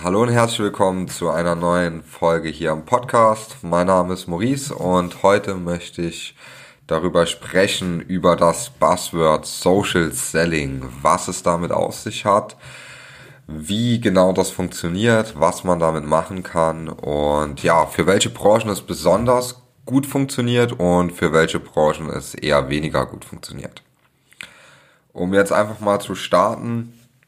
Hallo und herzlich willkommen zu einer neuen Folge hier am Podcast. Mein Name ist Maurice und heute möchte ich darüber sprechen, über das Buzzword Social Selling, was es damit auf sich hat, wie genau das funktioniert, was man damit machen kann und ja, für welche Branchen es besonders gut funktioniert und für welche Branchen es eher weniger gut funktioniert. Um jetzt einfach mal zu starten,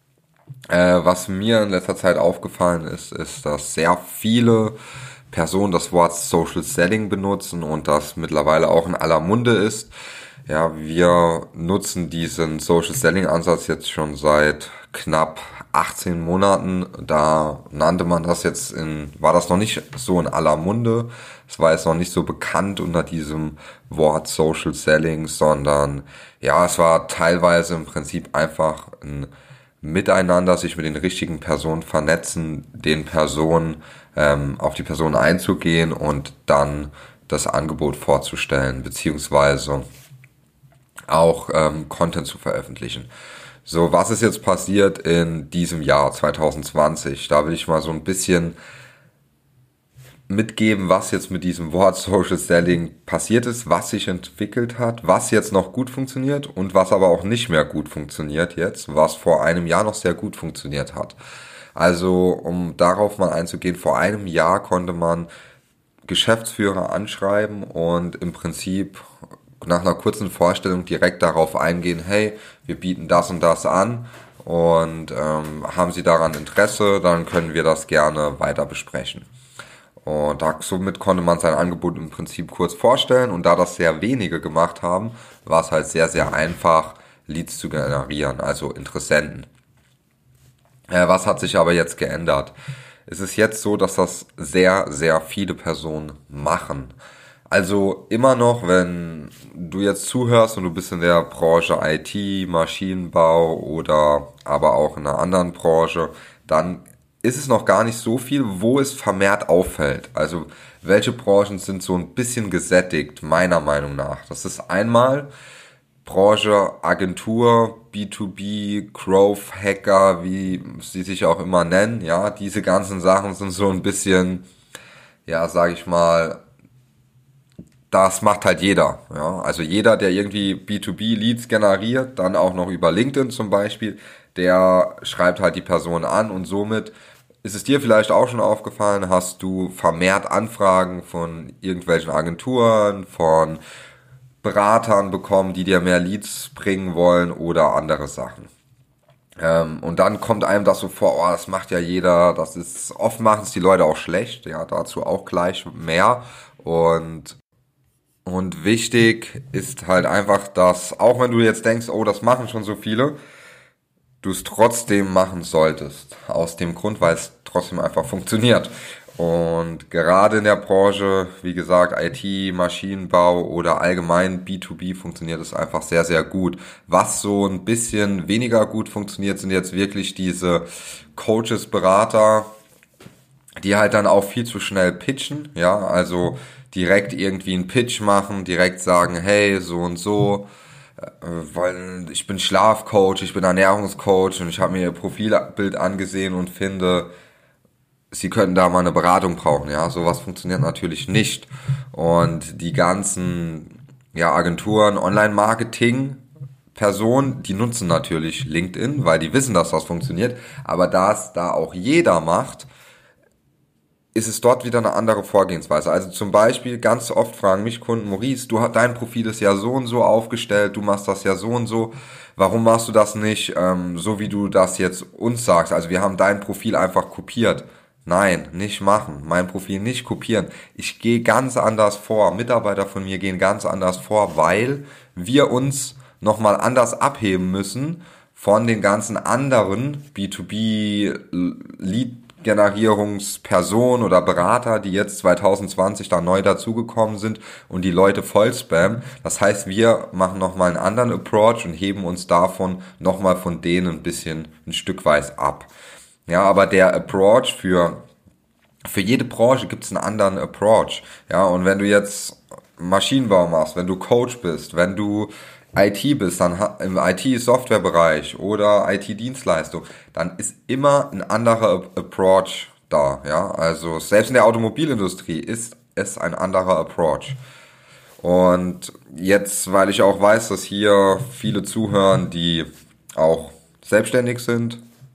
was mir in letzter Zeit aufgefallen ist, dass sehr viele Personen das Wort Social Selling benutzen und das mittlerweile auch in aller Munde ist. Ja, wir nutzen diesen Social Selling Ansatz jetzt schon seit knapp 18 Monaten. Da nannte man das war das noch nicht so in aller Munde. Es war jetzt noch nicht so bekannt unter diesem Wort Social Selling, sondern ja, es war teilweise im Prinzip einfach ein Miteinander, sich mit den richtigen Personen vernetzen, auf die Person einzugehen und dann das Angebot vorzustellen, beziehungsweise auch Content zu veröffentlichen. So, was ist jetzt passiert in diesem Jahr 2020? Da will ich mal so ein bisschen mitgeben, was jetzt mit diesem Wort Social Selling passiert ist, was sich entwickelt hat, was jetzt noch gut funktioniert und was aber auch nicht mehr gut funktioniert jetzt, was vor einem Jahr noch sehr gut funktioniert hat. Also, um darauf mal einzugehen, vor einem Jahr konnte man Geschäftsführer anschreiben und im Prinzip nach einer kurzen Vorstellung direkt darauf eingehen, hey, wir bieten das und das an und haben Sie daran Interesse, dann können wir das gerne weiter besprechen. Und somit konnte man sein Angebot im Prinzip kurz vorstellen und da das sehr wenige gemacht haben, war es halt sehr, sehr einfach, Leads zu generieren, also Interessenten. Was hat sich aber jetzt geändert? Es ist jetzt so, dass das sehr, sehr viele Personen machen. Also immer noch, wenn du jetzt zuhörst und du bist in der Branche IT, Maschinenbau oder aber auch in einer anderen Branche, dann ist es noch gar nicht so viel, wo es vermehrt auffällt. Also welche Branchen sind so ein bisschen gesättigt, meiner Meinung nach. Das ist einmal Branche, Agentur, B2B, Growth Hacker, wie sie sich auch immer nennen. Ja, diese ganzen Sachen sind so ein bisschen, ja, sag ich mal, das macht halt jeder. Ja, also jeder, der irgendwie B2B Leads generiert, dann auch noch über LinkedIn zum Beispiel, der schreibt halt die Person an und somit ist es dir vielleicht auch schon aufgefallen, hast du vermehrt Anfragen von irgendwelchen Agenturen, von Beratern bekommen, die dir mehr Leads bringen wollen oder andere Sachen. Und dann kommt einem das so vor, oh, das macht ja jeder, oft machen es die Leute auch schlecht, ja, dazu auch gleich mehr. Und wichtig ist halt einfach, dass, auch wenn du jetzt denkst, oh, das machen schon so viele, du es trotzdem machen solltest. Aus dem Grund, weil es trotzdem einfach funktioniert. Und gerade in der Branche, wie gesagt, IT, Maschinenbau oder allgemein B2B funktioniert es einfach sehr, sehr gut. Was so ein bisschen weniger gut funktioniert, sind jetzt wirklich diese Coaches, Berater, die halt dann auch viel zu schnell pitchen, ja, also direkt irgendwie einen Pitch machen, direkt sagen, hey, so und so, weil ich bin Schlafcoach, ich bin Ernährungscoach und ich habe mir ihr Profilbild angesehen und finde, sie könnten da mal eine Beratung brauchen, ja, sowas funktioniert natürlich nicht. Und die ganzen, ja, Agenturen, Online-Marketing, Personen, die nutzen natürlich LinkedIn, weil die wissen, dass das funktioniert, aber da es da auch jeder macht, ist es dort wieder eine andere Vorgehensweise. Also zum Beispiel, ganz oft fragen mich Kunden, Maurice, dein Profil ist ja so und so aufgestellt, du machst das ja so und so, warum machst du das nicht so, wie du das jetzt uns sagst? Also wir haben dein Profil einfach kopiert. Nein, nicht machen. Mein Profil nicht kopieren. Ich gehe ganz anders vor. Mitarbeiter von mir gehen ganz anders vor, weil wir uns nochmal anders abheben müssen von den ganzen anderen B2B Lead-Generierungspersonen oder Berater, die jetzt 2020 da neu dazugekommen sind und die Leute voll spammen. Das heißt, wir machen nochmal einen anderen Approach und heben uns davon nochmal von denen ein Stück weit ab. Ja, aber der Approach für jede Branche gibt es einen anderen Approach. Ja, und wenn du jetzt Maschinenbau machst, wenn du Coach bist, wenn du IT bist, dann im IT-Softwarebereich oder IT-Dienstleistung, dann ist immer ein anderer Approach da, ja. Also selbst in der Automobilindustrie ist es ein anderer Approach. Und jetzt, weil ich auch weiß, dass hier viele zuhören, die auch selbstständig sind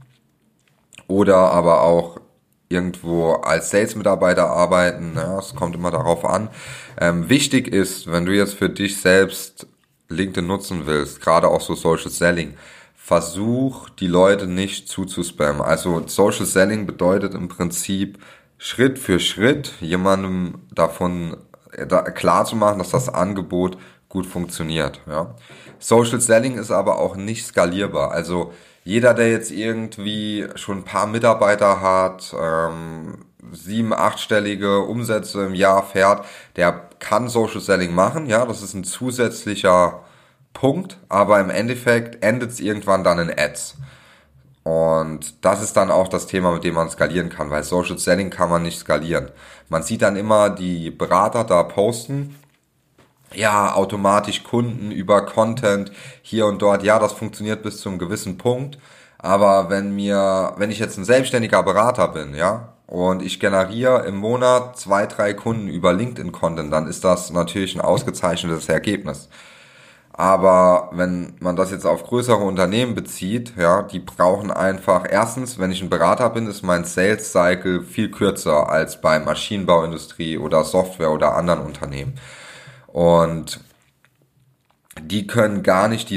oder aber auch irgendwo als Sales-Mitarbeiter arbeiten, ja, es kommt immer darauf an. Wichtig ist, wenn du jetzt für dich selbst LinkedIn nutzen willst, gerade auch so Social Selling, versuch die Leute nicht zuzuspammen. Also Social Selling bedeutet im Prinzip Schritt für Schritt jemandem davon klar zu machen, dass das Angebot gut funktioniert. Ja. Social Selling ist aber auch nicht skalierbar. Also jeder, der jetzt irgendwie schon ein paar Mitarbeiter hat, 7-, 8-stellige Umsätze im Jahr fährt, der kann Social Selling machen. Ja, das ist ein zusätzlicher Punkt, aber im Endeffekt endet es irgendwann dann in Ads. Und das ist dann auch das Thema, mit dem man skalieren kann, weil Social Selling kann man nicht skalieren. Man sieht dann immer die Berater da posten, ja, automatisch Kunden über Content hier und dort, ja, das funktioniert bis zu einem gewissen Punkt. Aber wenn ich jetzt ein selbstständiger Berater bin, ja, und ich generiere im Monat 2, 3 Kunden über LinkedIn-Content, dann ist das natürlich ein ausgezeichnetes Ergebnis. Aber wenn man das jetzt auf größere Unternehmen bezieht, ja, die brauchen einfach, erstens, wenn ich ein Berater bin, ist mein Sales Cycle viel kürzer als bei Maschinenbauindustrie oder Software oder anderen Unternehmen. Und die können gar nicht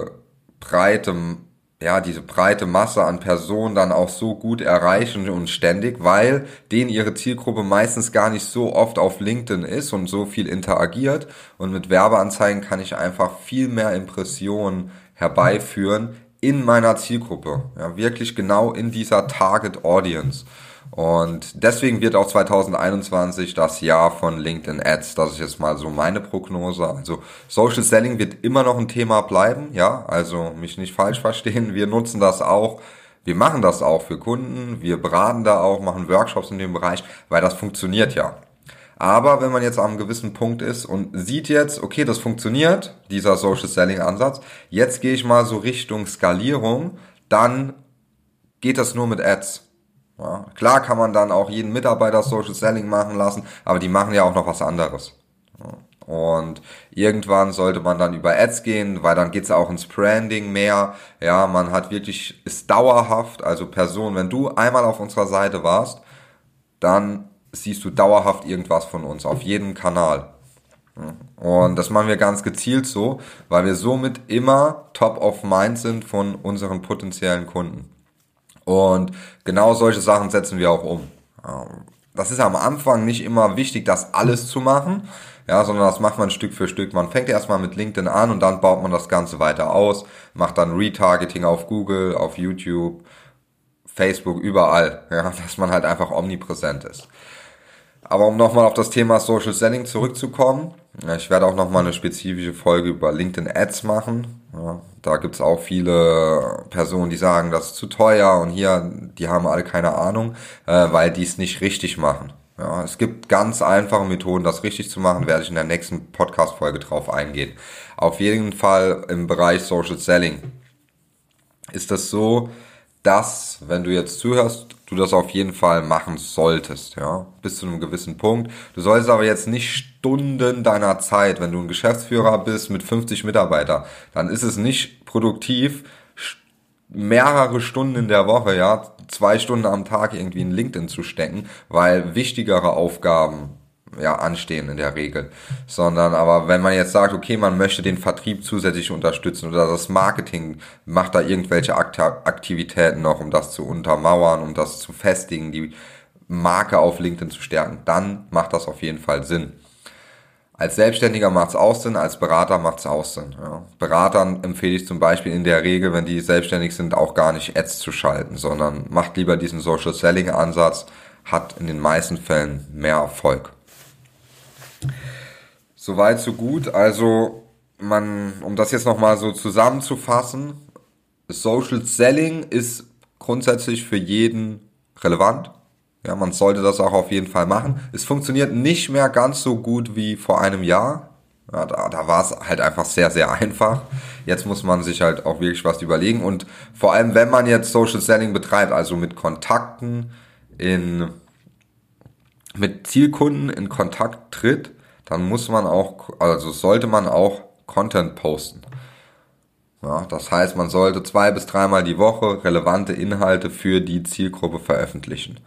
breite, diese breite Masse an Personen dann auch so gut erreichen und ständig, weil denen ihre Zielgruppe meistens gar nicht so oft auf LinkedIn ist und so viel interagiert. Und mit Werbeanzeigen kann ich einfach viel mehr Impressionen herbeiführen in meiner Zielgruppe. Ja, wirklich genau in dieser Target Audience. Und deswegen wird auch 2021 das Jahr von LinkedIn Ads. Das ist jetzt mal so meine Prognose. Also Social Selling wird immer noch ein Thema bleiben, ja. Also mich nicht falsch verstehen. Wir nutzen das auch. Wir machen das auch für Kunden. Wir beraten da auch, machen Workshops in dem Bereich, weil das funktioniert ja. Aber wenn man jetzt am gewissen Punkt ist und sieht jetzt, okay, das funktioniert, dieser Social Selling Ansatz, jetzt gehe ich mal so Richtung Skalierung, dann geht das nur mit Ads. Ja, klar kann man dann auch jeden Mitarbeiter Social Selling machen lassen, aber die machen ja auch noch was anderes. Ja. Und irgendwann sollte man dann über Ads gehen, weil dann geht's auch ins Branding mehr. Ja, man hat wirklich, ist dauerhaft, also Person, wenn du einmal auf unserer Seite warst, dann siehst du dauerhaft irgendwas von uns, auf jedem Kanal. Und das machen wir ganz gezielt so, weil wir somit immer top of mind sind von unseren potenziellen Kunden. Und genau solche Sachen setzen wir auch um. Das ist am Anfang nicht immer wichtig, das alles zu machen, ja, sondern das macht man Stück für Stück. Man fängt erstmal mit LinkedIn an und dann baut man das Ganze weiter aus, macht dann Retargeting auf Google, auf YouTube, Facebook, überall, ja, dass man halt einfach omnipräsent ist. Aber um nochmal auf das Thema Social Selling zurückzukommen, ich werde auch nochmal eine spezifische Folge über LinkedIn Ads machen. Ja, da gibt's auch viele Personen, die sagen, das ist zu teuer und hier, die haben alle keine Ahnung, weil die es nicht richtig machen. Ja, es gibt ganz einfache Methoden, das richtig zu machen, werde ich in der nächsten Podcast-Folge drauf eingehen. Auf jeden Fall im Bereich Social Selling ist das so, dass, wenn du jetzt zuhörst, du das auf jeden Fall machen solltest, ja, bis zu einem gewissen Punkt. Du solltest aber jetzt nicht Stunden deiner Zeit, wenn du ein Geschäftsführer bist mit 50 Mitarbeitern, dann ist es nicht produktiv, mehrere Stunden in der Woche, ja, 2 Stunden am Tag irgendwie in LinkedIn zu stecken, weil wichtigere Aufgaben ja anstehen in der Regel, sondern aber wenn man jetzt sagt, okay, man möchte den Vertrieb zusätzlich unterstützen oder das Marketing macht da irgendwelche Aktivitäten noch, um das zu untermauern, um das zu festigen, die Marke auf LinkedIn zu stärken, dann macht das auf jeden Fall Sinn. Als Selbstständiger macht es auch Sinn, als Berater macht es auch Sinn. Ja. Beratern empfehle ich zum Beispiel in der Regel, wenn die selbstständig sind, auch gar nicht Ads zu schalten, sondern macht lieber diesen Social Selling Ansatz, hat in den meisten Fällen mehr Erfolg. Soweit, so gut. Also, um das jetzt nochmal so zusammenzufassen, Social Selling ist grundsätzlich für jeden relevant. Ja, man sollte das auch auf jeden Fall machen. Es funktioniert nicht mehr ganz so gut wie vor einem Jahr. Ja, da war es halt einfach sehr, sehr einfach. Jetzt muss man sich halt auch wirklich was überlegen. Und vor allem, wenn man jetzt Social Selling betreibt, also mit Kontakten mit Zielkunden in Kontakt tritt, dann muss man auch, also sollte man auch Content posten. Ja, das heißt, man sollte 2 bis 3 Mal die Woche relevante Inhalte für die Zielgruppe veröffentlichen.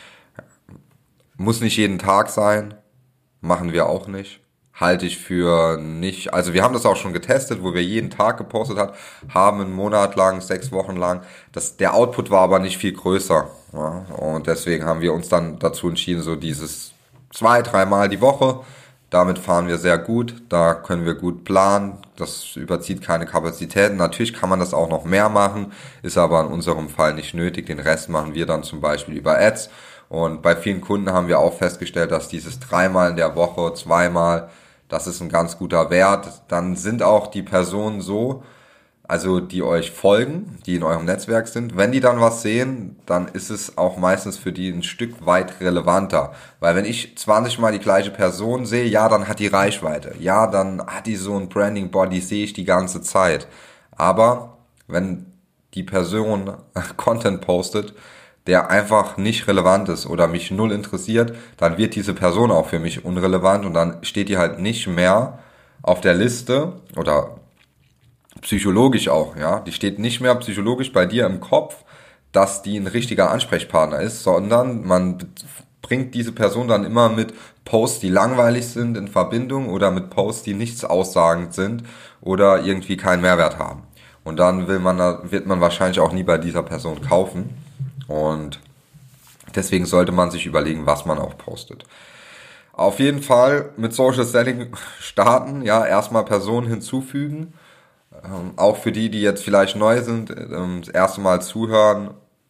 Muss nicht jeden Tag sein, machen wir auch nicht. Halte ich für nicht, also wir haben das auch schon getestet, wo wir jeden Tag gepostet haben, einen Monat lang, 6 Wochen lang. Der Output war aber nicht viel größer. Ja, und deswegen haben wir uns dann dazu entschieden, so dieses 2, 3 Mal die Woche. Damit fahren wir sehr gut, da können wir gut planen, das überzieht keine Kapazitäten. Natürlich kann man das auch noch mehr machen, ist aber in unserem Fall nicht nötig. Den Rest machen wir dann zum Beispiel über Ads. Und bei vielen Kunden haben wir auch festgestellt, dass dieses 3-mal in der Woche, 2-mal, das ist ein ganz guter Wert. Dann sind auch die Personen so, also die euch folgen, die in eurem Netzwerk sind, wenn die dann was sehen, dann ist es auch meistens für die ein Stück weit relevanter. Weil wenn ich 20 Mal die gleiche Person sehe, ja, dann hat die Reichweite. Ja, dann hat die so ein Branding-Body, sehe ich die ganze Zeit. Aber wenn die Person Content postet, der einfach nicht relevant ist oder mich null interessiert, dann wird diese Person auch für mich unrelevant und dann steht die halt nicht mehr auf der Liste oder psychologisch auch, ja. Die steht nicht mehr psychologisch bei dir im Kopf, dass die ein richtiger Ansprechpartner ist, sondern man bringt diese Person dann immer mit Posts, die langweilig sind, in Verbindung oder mit Posts, die nichts aussagend sind oder irgendwie keinen Mehrwert haben. Und dann wird man wahrscheinlich auch nie bei dieser Person kaufen. Und deswegen sollte man sich überlegen, was man auch postet. Auf jeden Fall mit Social Selling starten, ja, erstmal Personen hinzufügen. Auch für die jetzt vielleicht neu sind, das erste Mal zuhören,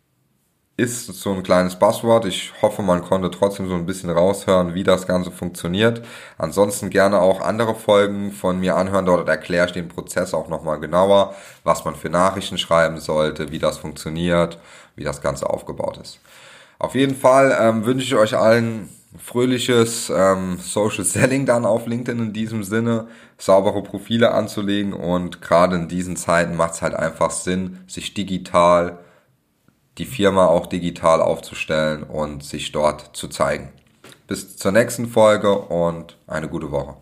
ist so ein kleines Buzzword. Ich hoffe, man konnte trotzdem so ein bisschen raushören, wie das Ganze funktioniert. Ansonsten gerne auch andere Folgen von mir anhören. Dort erkläre ich den Prozess auch nochmal genauer, was man für Nachrichten schreiben sollte, wie das funktioniert, wie das Ganze aufgebaut ist. Auf jeden Fall wünsche ich euch allen fröhliches Social Selling dann auf LinkedIn in diesem Sinne, saubere Profile anzulegen und gerade in diesen Zeiten macht es halt einfach Sinn, sich digital, die Firma auch digital aufzustellen und sich dort zu zeigen. Bis zur nächsten Folge und eine gute Woche.